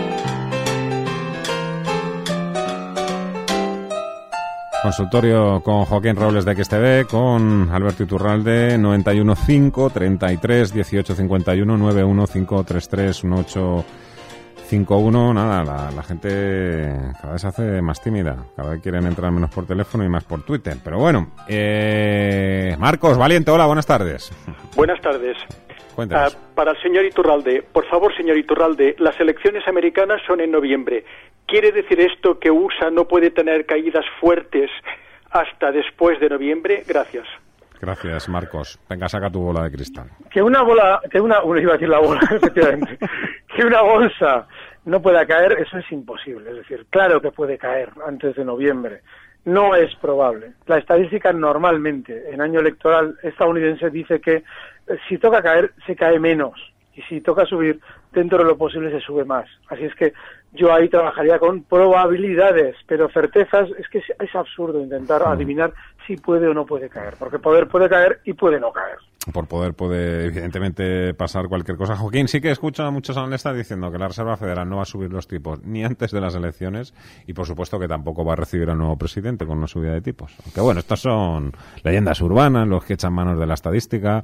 [SPEAKER 3] Consultorio con Joaquín Robles de X T V, con Alberto Iturralde, noventa y uno cinco, treinta y tres, dieciocho cincuenta y uno, noventa y uno cinco treinta y tres, dieciocho cincuenta y uno. Nada, la, la gente cada vez se hace más tímida, cada vez quieren entrar menos por teléfono y más por Twitter. Pero bueno, eh, Marcos Valiente, hola, buenas tardes.
[SPEAKER 19] Buenas tardes.
[SPEAKER 3] Cuéntanos.
[SPEAKER 19] Uh, para el señor Iturralde, por favor, señor Iturralde, las elecciones americanas son en noviembre. ¿Quiere decir esto que U S A no puede tener caídas fuertes hasta después de noviembre? Gracias.
[SPEAKER 3] Gracias, Marcos. Venga, saca tu bola de cristal.
[SPEAKER 4] Que una bola, que una, iba a decir la bola, efectivamente, que una bolsa no pueda caer, eso es imposible. Es decir, claro que puede caer antes de noviembre. No es probable. La estadística normalmente, en año electoral estadounidense, dice que si toca caer, se cae menos. Y si toca subir, dentro de lo posible se sube más. Así es que yo ahí trabajaría con probabilidades, pero certezas, es que es absurdo intentar adivinar si puede o no puede caer, porque poder puede caer y puede no caer.
[SPEAKER 3] por poder, puede evidentemente pasar cualquier cosa. Joaquín, sí que escucho a muchos analistas diciendo que la Reserva Federal no va a subir los tipos ni antes de las elecciones y, por supuesto, que tampoco va a recibir al nuevo presidente con una subida de tipos. Aunque, bueno, estas son leyendas urbanas, los que echan manos de la estadística.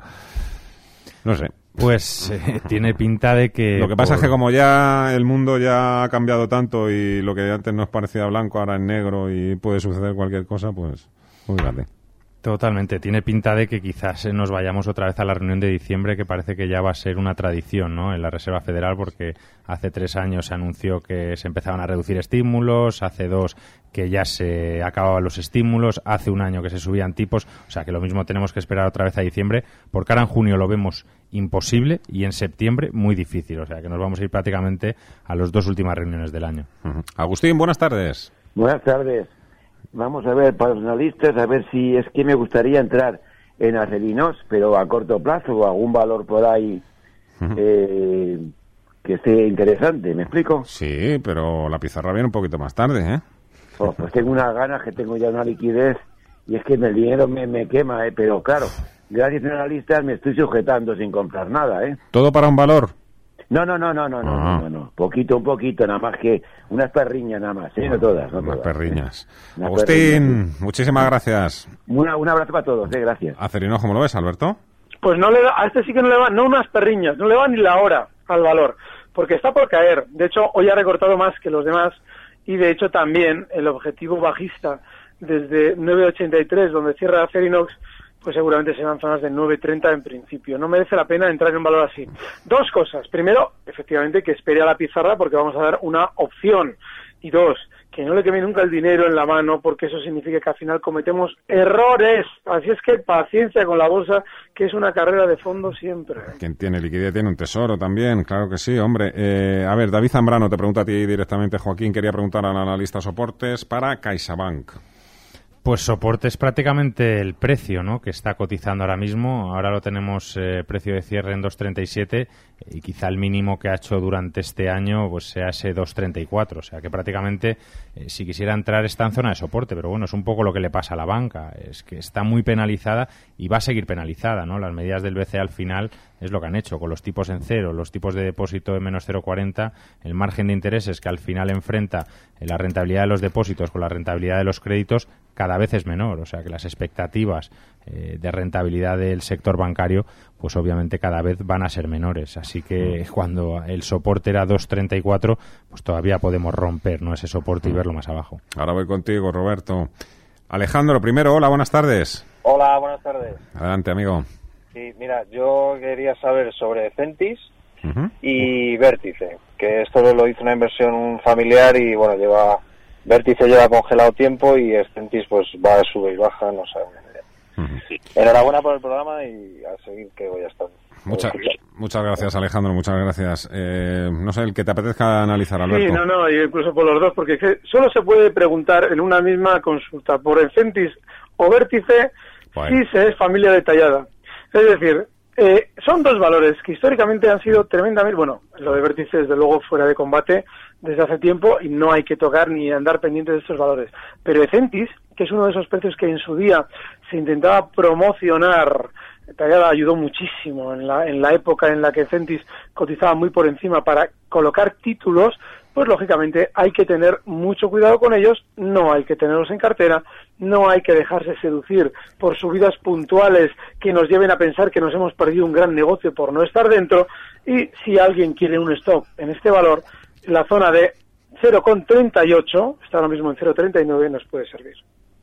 [SPEAKER 3] No sé.
[SPEAKER 2] Pues eh, tiene pinta de que...
[SPEAKER 3] Lo que pasa por... es que como ya el mundo ya ha cambiado tanto y lo que antes nos parecía blanco ahora es negro y puede suceder cualquier cosa, pues muy grande.
[SPEAKER 2] Totalmente. Tiene pinta de que quizás nos vayamos otra vez a la reunión de diciembre, que parece que ya va a ser una tradición, ¿no?, en la Reserva Federal, porque hace tres años se anunció que se empezaban a reducir estímulos, hace dos que ya se acababan los estímulos, hace un año que se subían tipos, o sea que lo mismo tenemos que esperar otra vez a diciembre, porque ahora en junio lo vemos imposible y en septiembre muy difícil, o sea que nos vamos a ir prácticamente a las dos últimas reuniones del año.
[SPEAKER 3] Uh-huh. Agustín, buenas tardes.
[SPEAKER 12] Buenas tardes. Vamos a ver, para los analistas, a ver si es que me gustaría entrar en Acelinos, pero a corto plazo, o algún valor por ahí uh-huh. eh, que esté interesante, ¿me explico?
[SPEAKER 3] Sí, pero la pizarra viene un poquito más tarde, ¿eh?
[SPEAKER 12] Oh, pues tengo unas ganas, que tengo ya una liquidez, y es que el dinero me, me quema, ¿eh? Pero claro, gracias a analistas me estoy sujetando sin comprar nada, ¿eh?
[SPEAKER 3] ¿Todo para un valor?
[SPEAKER 12] No, no, no, no, no, no,
[SPEAKER 3] ah.
[SPEAKER 12] no, no, no, poquito, un poquito, nada más que unas perriñas nada más, ¿eh? No todas, no
[SPEAKER 3] unas
[SPEAKER 12] todas.
[SPEAKER 3] Perriñas.
[SPEAKER 12] ¿eh? Unas
[SPEAKER 3] Agustín,
[SPEAKER 12] perriñas.
[SPEAKER 3] muchísimas gracias.
[SPEAKER 12] Una, un abrazo para todos, ¿eh? Gracias.
[SPEAKER 3] Acerino, ¿cómo lo ves, Alberto?
[SPEAKER 4] Pues no le da, a este sí que no le va, no unas perriñas, no le va ni la hora al valor, porque está por caer. De hecho, hoy ha recortado más que los demás y, de hecho, también el objetivo bajista desde nueve ochenta y tres, donde cierra Acerinox, pues seguramente serán zonas de nueve treinta en principio. No merece la pena entrar en un valor así. Dos cosas. Primero, efectivamente, que espere a la pizarra porque vamos a dar una opción. Y dos, que no le queme nunca el dinero en la mano, porque eso significa que al final cometemos errores. Así es que paciencia con la bolsa, que es una carrera de fondo siempre.
[SPEAKER 3] Quien tiene liquidez tiene un tesoro también, claro que sí, hombre. Eh, a ver, David Zambrano te pregunta a ti directamente, Joaquín, quería preguntar al analista soportes para CaixaBank.
[SPEAKER 2] Pues soporte es prácticamente el precio, ¿no?, que está cotizando ahora mismo. Ahora lo tenemos eh, precio de cierre en dos treinta y siete y quizá el mínimo que ha hecho durante este año pues sea ese dos treinta y cuatro. O sea que prácticamente eh, si quisiera entrar está en zona de soporte, pero bueno, es un poco lo que le pasa a la banca. Es que está muy penalizada y va a seguir penalizada, ¿no? Las medidas del B C E al final es lo que han hecho, con los tipos en cero, los tipos de depósito en menos cero coma cuarenta, el margen de intereses que al final enfrenta la rentabilidad de los depósitos con la rentabilidad de los créditos cada vez es menor, o sea que las expectativas eh, de rentabilidad del sector bancario pues obviamente cada vez van a ser menores, así que cuando el soporte era dos treinta y cuatro pues todavía podemos romper, ¿no?, ese soporte y verlo más abajo.
[SPEAKER 3] Ahora voy contigo, Roberto. Alejandro, primero, hola, buenas tardes.
[SPEAKER 20] Hola, buenas tardes.
[SPEAKER 3] Adelante, amigo.
[SPEAKER 20] Sí, mira, yo quería saber sobre Centis uh-huh. y Vértice, que esto lo hizo una inversión un familiar y bueno, lleva Vértice lleva congelado tiempo y Centis pues va a sube y baja, no sé. Uh-huh. Sí. Enhorabuena por el programa y a seguir que voy a estar.
[SPEAKER 3] Muchas, muchas gracias, Alejandro, muchas gracias. Eh, no sé, el que te apetezca analizar, Alberto.
[SPEAKER 4] Sí, no, no, incluso por los dos, porque solo se puede preguntar en una misma consulta por Centis o Vértice bueno. si se es familia detallada. Es decir, eh, son dos valores que históricamente han sido tremendamente... Bueno, lo de Vértice, desde luego, fuera de combate desde hace tiempo y no hay que tocar ni andar pendientes de estos valores. Pero Centis, que es uno de esos precios que en su día se intentaba promocionar, Tallada ayudó muchísimo en la, en la época en la que Centis cotizaba muy por encima para colocar títulos, pues lógicamente hay que tener mucho cuidado con ellos, no hay que tenerlos en cartera, no hay que dejarse seducir por subidas puntuales que nos lleven a pensar que nos hemos perdido un gran negocio por no estar dentro, y si alguien quiere un stop en este valor, la zona de cero coma treinta y ocho, está ahora mismo en cero coma treinta y nueve, nos puede servir.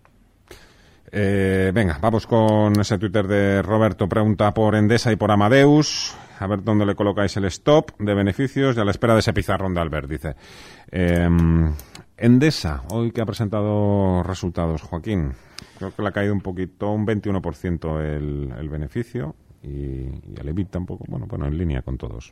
[SPEAKER 3] Eh, venga, vamos con ese Twitter de Roberto. Pregunta por Endesa y por Amadeus. A ver dónde le colocáis el stop de beneficios y a la espera de ese pizarrón de Albert, dice. Eh, Endesa, hoy que ha presentado resultados, Joaquín. Creo que le ha caído un poquito, un veintiuno por ciento el, el beneficio y, y el EBITDA un poco, bueno, bueno, en línea con todos.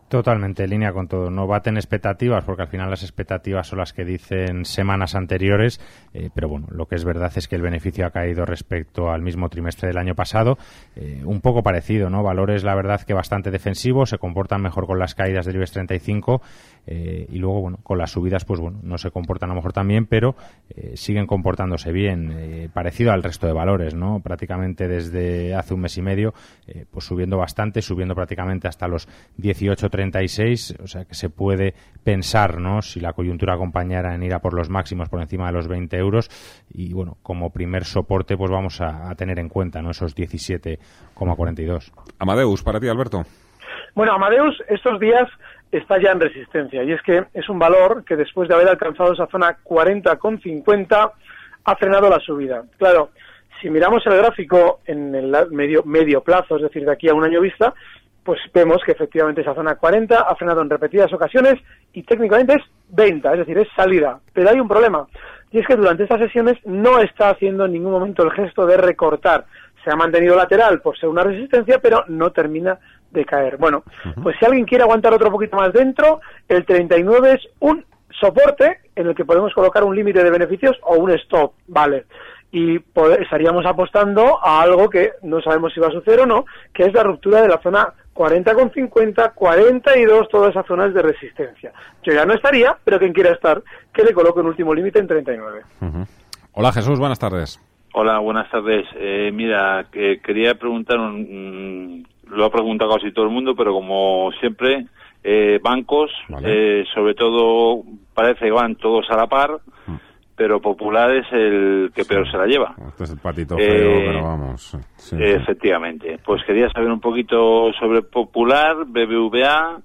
[SPEAKER 2] Totalmente, en línea con todo. No baten expectativas, porque al final las expectativas son las que dicen semanas anteriores, eh, pero bueno, lo que es verdad es que el beneficio ha caído respecto al mismo trimestre del año pasado, eh, un poco parecido, ¿no? Valores, la verdad, que bastante defensivos, se comportan mejor con las caídas del IBEX treinta y cinco, eh, y luego, bueno, con las subidas, pues bueno, no se comportan a lo mejor tan bien, pero eh, siguen comportándose bien, eh, parecido al resto de valores, ¿no? Prácticamente desde hace un mes y medio, eh, pues subiendo bastante, subiendo prácticamente hasta los dieciocho treinta y seis, o sea que se puede pensar, ¿no?, si la coyuntura acompañara en ir a por los máximos por encima de los veinte euros, y bueno, como primer soporte pues vamos a, a tener en cuenta, ¿no?, esos diecisiete coma cuarenta y dos.
[SPEAKER 3] Amadeus, para ti, Alberto.
[SPEAKER 4] Bueno, Amadeus estos días está ya en resistencia, y es que es un valor que después de haber alcanzado esa zona cuarenta con cincuenta ha frenado la subida. Claro, si miramos el gráfico en el medio, medio plazo, es decir, de aquí a un año vista, pues vemos que efectivamente esa zona cuarenta ha frenado en repetidas ocasiones y técnicamente es venta, es decir, es salida. Pero hay un problema, y es que durante estas sesiones no está haciendo en ningún momento el gesto de recortar. Se ha mantenido lateral por ser una resistencia, pero no termina de caer. Bueno, pues si alguien quiere aguantar otro poquito más dentro, el treinta y nueve es un soporte en el que podemos colocar un límite de beneficios o un stop, ¿vale? Y poder, estaríamos apostando a algo que no sabemos si va a suceder o no, que es la ruptura de la zona cuarenta con cincuenta, cuarenta y dos, todas esas zonas de resistencia. Yo ya no estaría, pero quien quiera estar, que le coloque un último límite en treinta y nueve.
[SPEAKER 3] Uh-huh. Hola Jesús, buenas tardes.
[SPEAKER 21] Hola, buenas tardes. Eh, mira, que quería preguntar, un, mm, lo ha preguntado casi todo el mundo, pero como siempre, eh, bancos, vale. eh, sobre todo parece que van todos a la par, uh. pero Popular es el que peor sí. se la lleva.
[SPEAKER 3] Este es el patito feo, eh, pero vamos. Sí,
[SPEAKER 21] eh, sí. Efectivamente. Pues quería saber un poquito sobre Popular, B B V A,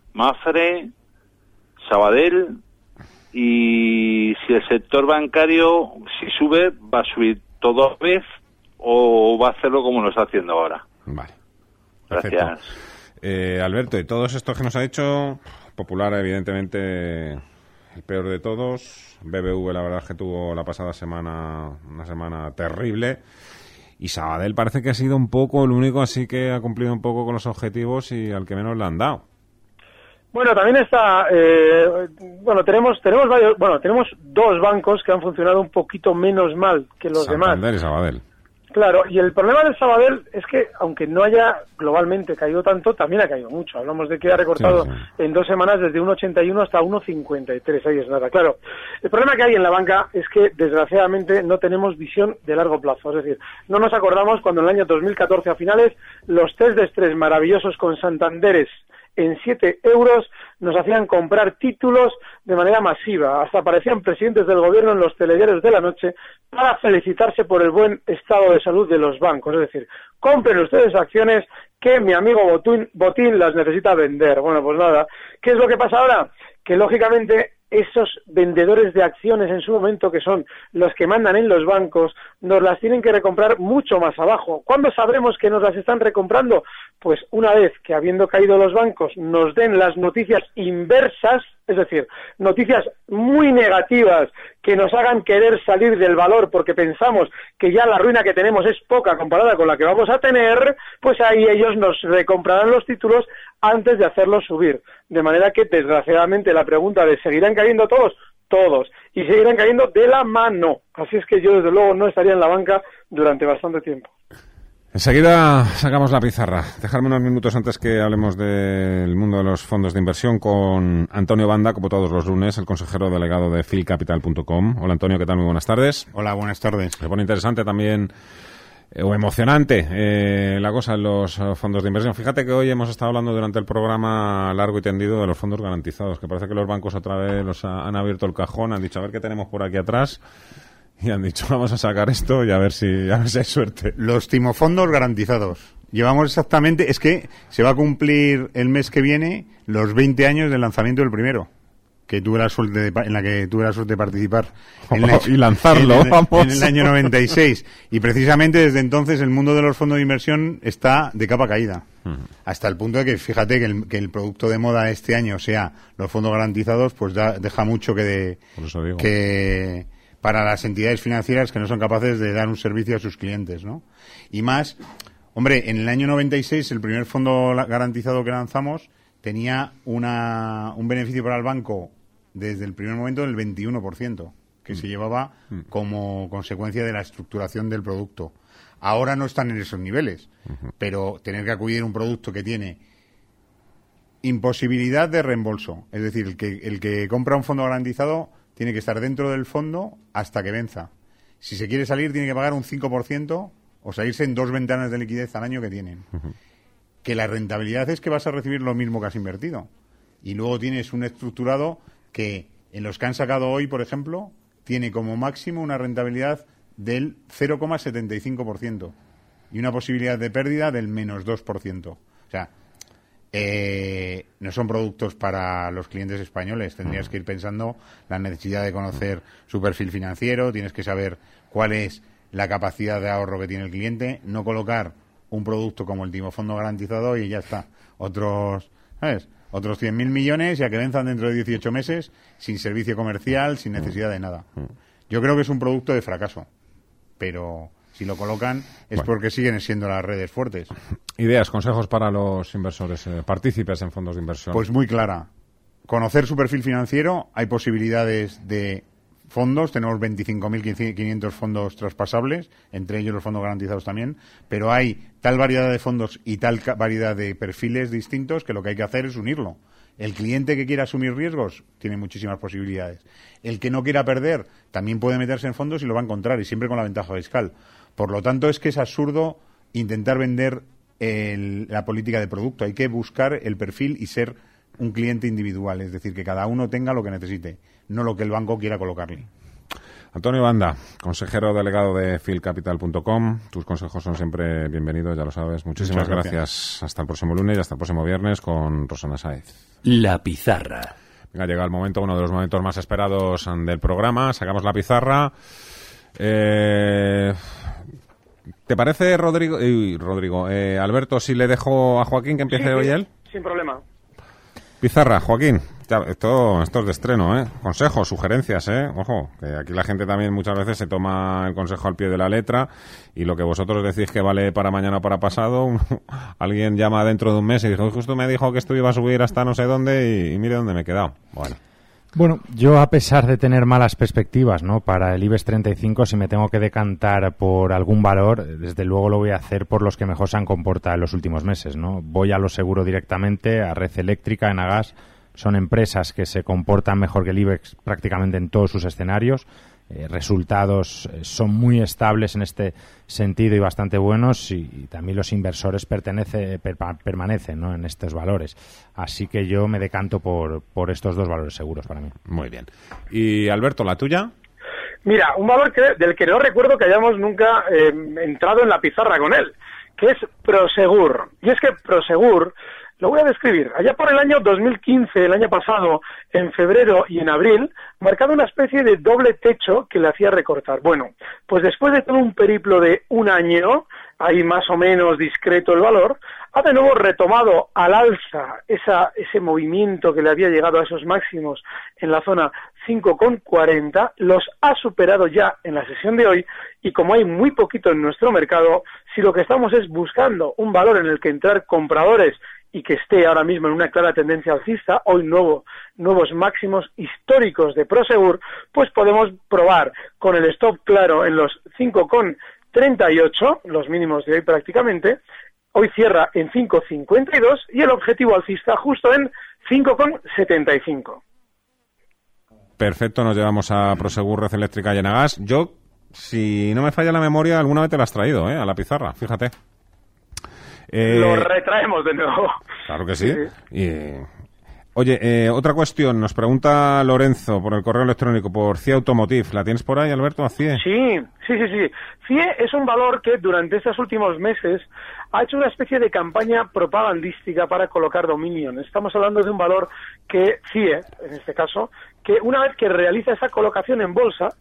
[SPEAKER 21] Mafre, Sabadell, y si el sector bancario, si sube, va a subir todo a la vez o va a hacerlo como lo está haciendo ahora.
[SPEAKER 3] Vale.
[SPEAKER 21] Perfecto.
[SPEAKER 3] Gracias. Eh, Alberto, y todos estos que nos ha hecho, Popular evidentemente el peor de todos, B B V la verdad es que tuvo la pasada semana una semana terrible, y Sabadell parece que ha sido un poco el único así que ha cumplido un poco con los objetivos y al que menos le han dado.
[SPEAKER 4] Bueno, también está, eh, bueno, tenemos tenemos varios, bueno, tenemos dos bancos que han funcionado un poquito menos mal que los
[SPEAKER 3] Santander
[SPEAKER 4] demás.
[SPEAKER 3] y Sabadell.
[SPEAKER 4] Claro, y el problema del Sabadell es que, aunque no haya globalmente caído tanto, también ha caído mucho. Hablamos de que ha recortado sí, sí. en dos semanas desde uno ochenta y uno hasta uno cincuenta y tres. Ahí es nada. Claro, el problema que hay en la banca es que, desgraciadamente, no tenemos visión de largo plazo. Es decir, no nos acordamos cuando en el año dos mil catorce, a finales, los test de estrés maravillosos con Santanderes en siete euros nos hacían comprar títulos de manera masiva. Hasta aparecían presidentes del gobierno en los telediarios de la noche para felicitarse por el buen estado de salud de los bancos. Es decir, compren ustedes acciones que mi amigo Botín, Botín las necesita vender. Bueno, pues nada. ¿Qué es lo que pasa ahora? Que, lógicamente, esos vendedores de acciones en su momento, que son los que mandan en los bancos, nos las tienen que recomprar mucho más abajo. ¿Cuándo sabremos que nos las están recomprando? Pues una vez que, habiendo caído los bancos, nos den las noticias inversas, es decir, noticias muy negativas que nos hagan querer salir del valor porque pensamos que ya la ruina que tenemos es poca comparada con la que vamos a tener, pues ahí ellos nos recomprarán los títulos antes de hacerlos subir. De manera que, desgraciadamente, la pregunta de ¿seguirán cayendo todos? Todos. Y seguirán cayendo de la mano. Así es que yo, desde luego, no estaría en la banca durante bastante tiempo.
[SPEAKER 3] Enseguida sacamos la pizarra. Dejarme unos minutos antes que hablemos del mundo de los fondos de inversión con Antonio Banda, como todos los lunes, el consejero delegado de phil capital punto com. Hola Antonio, ¿qué tal? Muy buenas tardes.
[SPEAKER 22] Hola, buenas tardes.
[SPEAKER 3] Se pone interesante también, eh, o emocionante, eh, la cosa en los uh, fondos de inversión. Fíjate que hoy hemos estado hablando durante el programa largo y tendido de los fondos garantizados, que parece que los bancos otra vez los ha, han abierto el cajón, han dicho a ver qué tenemos por aquí atrás. Y han dicho, vamos a sacar esto y a ver si, a ver si hay suerte.
[SPEAKER 22] Los timofondos garantizados. Llevamos exactamente, es que se va a cumplir el mes que viene los veinte años del lanzamiento del primero, que tuve la suerte de, en la que tuve la suerte de participar. En
[SPEAKER 3] la, y lanzarlo,
[SPEAKER 22] en, en,
[SPEAKER 3] vamos.
[SPEAKER 22] En el año noventa y seis. Y precisamente desde entonces el mundo de los fondos de inversión está de capa caída. Uh-huh. Hasta el punto de que, fíjate, que el, que el producto de moda este año sea los fondos garantizados, pues da, deja mucho que de...
[SPEAKER 3] Por eso digo.
[SPEAKER 22] Que, para las entidades financieras que no son capaces de dar un servicio a sus clientes, ¿no? Y más, hombre, en el año noventa y seis, el primer fondo garantizado que lanzamos tenía una, un beneficio para el banco desde el primer momento del veintiuno por ciento, que mm. se llevaba mm. como consecuencia de la estructuración del producto. Ahora no están en esos niveles, uh-huh. pero tener que acudir a un producto que tiene imposibilidad de reembolso, es decir, el que, el que compra un fondo garantizado tiene que estar dentro del fondo hasta que venza. Si se quiere salir, tiene que pagar un cinco por ciento o salirse en dos ventanas de liquidez al año que tienen. Uh-huh. Que la rentabilidad es que vas a recibir lo mismo que has invertido. Y luego tienes un estructurado que, en los que han sacado hoy, por ejemplo, tiene como máximo una rentabilidad del cero coma setenta y cinco por ciento y una posibilidad de pérdida del menos dos por ciento. O sea, eh, no son productos para los clientes españoles. Tendrías que ir pensando la necesidad de conocer su perfil financiero, tienes que saber cuál es la capacidad de ahorro que tiene el cliente, no colocar un producto como el timofondo garantizado y ya está. Otros, ¿sabes? Otros cien mil millones y a que venzan dentro de dieciocho meses sin servicio comercial, sin necesidad de nada. Yo creo que es un producto de fracaso, pero si lo colocan es bueno. porque siguen siendo las redes fuertes.
[SPEAKER 3] Ideas, consejos para los inversores, eh, partícipes en fondos de inversión.
[SPEAKER 22] Pues muy clara. Conocer su perfil financiero, hay posibilidades de fondos, tenemos veinticinco mil quinientos fondos traspasables, entre ellos los fondos garantizados también, pero hay tal variedad de fondos y tal variedad de perfiles distintos que lo que hay que hacer es unirlo. El cliente que quiera asumir riesgos tiene muchísimas posibilidades. El que no quiera perder también puede meterse en fondos y lo va a encontrar, y siempre con la ventaja fiscal. Por lo tanto, es que es absurdo intentar vender el, la política de producto. Hay que buscar el perfil y ser un cliente individual, es decir, que cada uno tenga lo que necesite, no lo que el banco quiera colocarle.
[SPEAKER 3] Antonio Banda, consejero delegado de fil capital punto com. Tus consejos son siempre bienvenidos, ya lo sabes. Muchísimas gracias. gracias. Hasta el próximo lunes y hasta el próximo viernes con Rosana Sáez.
[SPEAKER 13] La pizarra.
[SPEAKER 3] Venga, llega el momento, uno de los momentos más esperados del programa. Sacamos la pizarra. Eh... ¿Te parece, Rodrigo, eh, Rodrigo eh, Alberto, si le dejo a Joaquín que empiece
[SPEAKER 4] sí,
[SPEAKER 3] hoy
[SPEAKER 4] sí,
[SPEAKER 3] él?
[SPEAKER 4] Sin problema.
[SPEAKER 3] Pizarra, Joaquín, ya, esto, esto es de estreno, ¿eh? Consejos, sugerencias, ¿eh? Ojo, que aquí la gente también muchas veces se toma el consejo al pie de la letra y lo que vosotros decís que vale para mañana o para pasado, alguien llama dentro de un mes y dice, justo me dijo que esto iba a subir hasta no sé dónde y, y mire dónde me he quedado. Bueno.
[SPEAKER 2] Bueno, yo a pesar de tener malas perspectivas, ¿no?, para el IBEX treinta y cinco, si me tengo que decantar por algún valor, desde luego lo voy a hacer por los que mejor se han comportado en los últimos meses, ¿no? Voy a lo seguro directamente, a Red Eléctrica, Enagás. Son empresas que se comportan mejor que el IBEX prácticamente en todos sus escenarios. Eh, resultados eh, son muy estables en este sentido y bastante buenos, y, y también los inversores pertenece, per, permanecen, ¿no?, en estos valores. Así que yo me decanto por, por estos dos valores seguros para mí.
[SPEAKER 3] Muy bien. Y Alberto, ¿la tuya?
[SPEAKER 4] Mira, un valor que, del que no recuerdo que hayamos nunca eh, entrado en la pizarra con él, que es Prosegur. Y es que Prosegur, lo voy a describir. Allá por el año dos mil quince, el año pasado, en febrero y en abril, marcaba una especie de doble techo que le hacía recortar. Bueno, pues después de todo un periplo de un año, ahí más o menos discreto el valor, ha de nuevo retomado al alza esa, ese movimiento que le había llegado a esos máximos en la zona cinco coma cuarenta, los ha superado ya en la sesión de hoy, y como hay muy poquito en nuestro mercado, si lo que estamos es buscando un valor en el que entrar compradores y que esté ahora mismo en una clara tendencia alcista, hoy nuevo, nuevos máximos históricos de Prosegur, pues podemos probar con el stop claro en los cinco coma treinta y ocho, los mínimos de hoy prácticamente. Hoy cierra en cinco coma cincuenta y dos y el objetivo alcista justo en cinco coma setenta y cinco.
[SPEAKER 3] Perfecto, nos llevamos a Prosegur, Red Eléctrica y Enagás. Yo, si no me falla la memoria, alguna vez te la has traído, ¿eh?, a la pizarra, fíjate.
[SPEAKER 4] Eh, Lo retraemos de nuevo.
[SPEAKER 3] Claro que sí. sí. Y, oye, eh, otra cuestión. Nos pregunta Lorenzo por el correo electrónico, por C I E Automotive. ¿La tienes por ahí, Alberto, a C I E?
[SPEAKER 4] Sí, sí, sí, sí. C I E es un valor que durante estos últimos meses ha hecho una especie de campaña propagandística para colocar dominio. Estamos hablando de un valor que C I E, en este caso, que una vez que realiza esa colocación en bolsa,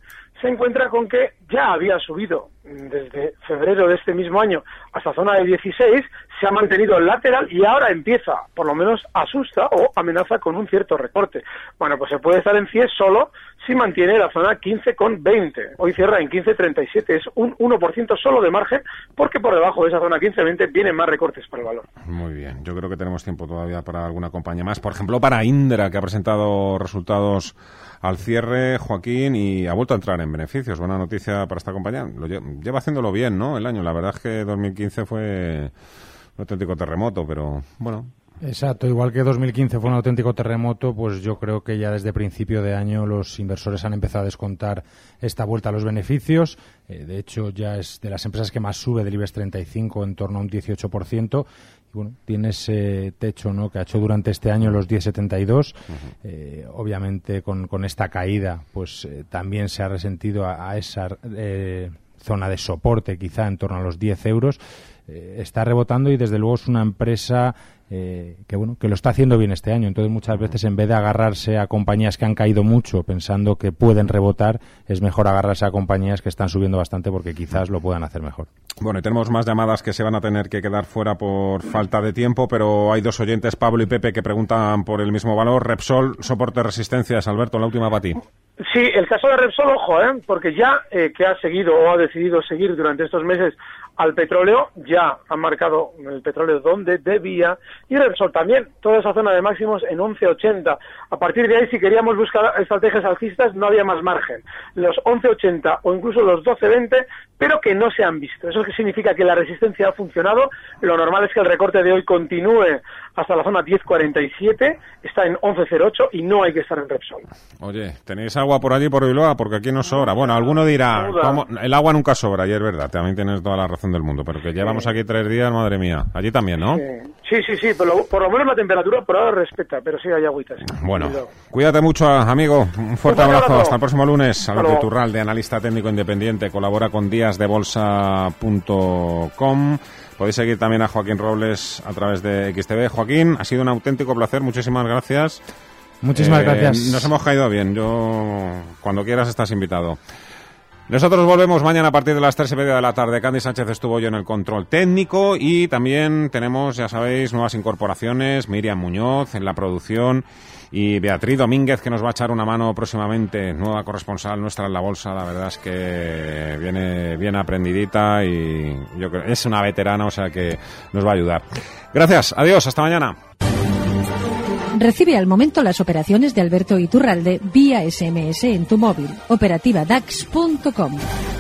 [SPEAKER 4] se encuentra con que ya había subido desde febrero de este mismo año hasta zona de dieciséis, se ha mantenido lateral y ahora empieza, por lo menos asusta o amenaza con un cierto recorte. Bueno, pues se puede estar en C I E solo si mantiene la zona quince con veinte. Hoy cierra en quince treinta y siete, es un uno por ciento solo de margen, porque por debajo de esa zona quince veinte vienen más recortes para el valor.
[SPEAKER 3] Muy bien, yo creo que tenemos tiempo todavía para alguna compañía más. Por ejemplo, para Indra, que ha presentado resultados al cierre, Joaquín, y ha vuelto a entrar en beneficios. Buena noticia para esta compañía. Lo lleva haciéndolo bien, ¿no? El año. La verdad es que dos mil quince fue un auténtico terremoto, pero bueno.
[SPEAKER 2] Exacto, igual que dos mil quince fue un auténtico terremoto, pues yo creo que ya desde principio de año los inversores han empezado a descontar esta vuelta a los beneficios. Eh, de hecho, ya es de las empresas que más sube del IBEX treinta y cinco, en torno a un dieciocho por ciento. Y bueno, tiene ese techo, ¿no?, que ha hecho durante este año los diez setenta y dos. Uh-huh. Eh, obviamente, con, con esta caída, pues eh, también se ha resentido a, a esa eh, zona de soporte, quizá en torno a los diez euros. Eh, está rebotando y desde luego es una empresa eh, que bueno que lo está haciendo bien este año. Entonces muchas veces, en vez de agarrarse a compañías que han caído mucho pensando que pueden rebotar, es mejor agarrarse a compañías que están subiendo bastante porque quizás lo puedan hacer mejor.
[SPEAKER 3] Bueno, y tenemos más llamadas que se van a tener que quedar fuera por falta de tiempo, pero hay dos oyentes, Pablo y Pepe, que preguntan por el mismo valor. Repsol, soporte, resistencias. Alberto, la última para ti.
[SPEAKER 4] Sí, el caso de Repsol, ojo, ¿eh? porque ya eh, que ha seguido o ha decidido seguir durante estos meses al petróleo, ya han marcado el petróleo donde debía, y Repsol también, toda esa zona de máximos en once ochenta. A partir de ahí, si queríamos buscar estrategias alcistas, no había más margen. Los once ochenta o incluso los doce veinte, pero que no se han visto. Eso significa que la resistencia ha funcionado. Lo normal es que el recorte de hoy continúe hasta la zona diez cuarenta y siete, está en once cero ocho y no hay que estar en Repsol.
[SPEAKER 3] Oye, ¿tenéis agua por allí, por Bilbao? Porque aquí no sobra. Bueno, alguno dirá, ¿cómo? El agua nunca sobra, y es verdad, también tienes toda la razón del mundo, pero que llevamos aquí tres días, madre mía. Allí también, ¿no?
[SPEAKER 4] Sí, sí, sí, pero por lo menos la temperatura por ahora respeta, pero sí hay agüitas. Sí.
[SPEAKER 3] Bueno, cuídate mucho, amigo. Un fuerte un abrazo. abrazo. Hasta el próximo lunes. Alberto Iturralde, analista técnico independiente, colabora con días de bolsa punto com. Podéis seguir también a Joaquín Robles a través de X T V. Joaquín, ha sido un auténtico placer. Muchísimas gracias.
[SPEAKER 2] Muchísimas eh, gracias.
[SPEAKER 3] Nos hemos caído bien. Yo, cuando quieras, estás invitado. Nosotros volvemos mañana a partir de las tres y media de la tarde. Candy Sánchez estuvo yo en el control técnico y también tenemos, ya sabéis, nuevas incorporaciones. Miriam Muñoz en la producción y Beatriz Domínguez, que nos va a echar una mano próximamente, nueva corresponsal nuestra en la bolsa. La verdad es que viene bien aprendidita y yo creo es una veterana, o sea que nos va a ayudar. Gracias, adiós, hasta mañana.
[SPEAKER 5] Recibe al momento las operaciones de Alberto Iturralde vía ese eme ese en tu móvil. Operativa dax punto com.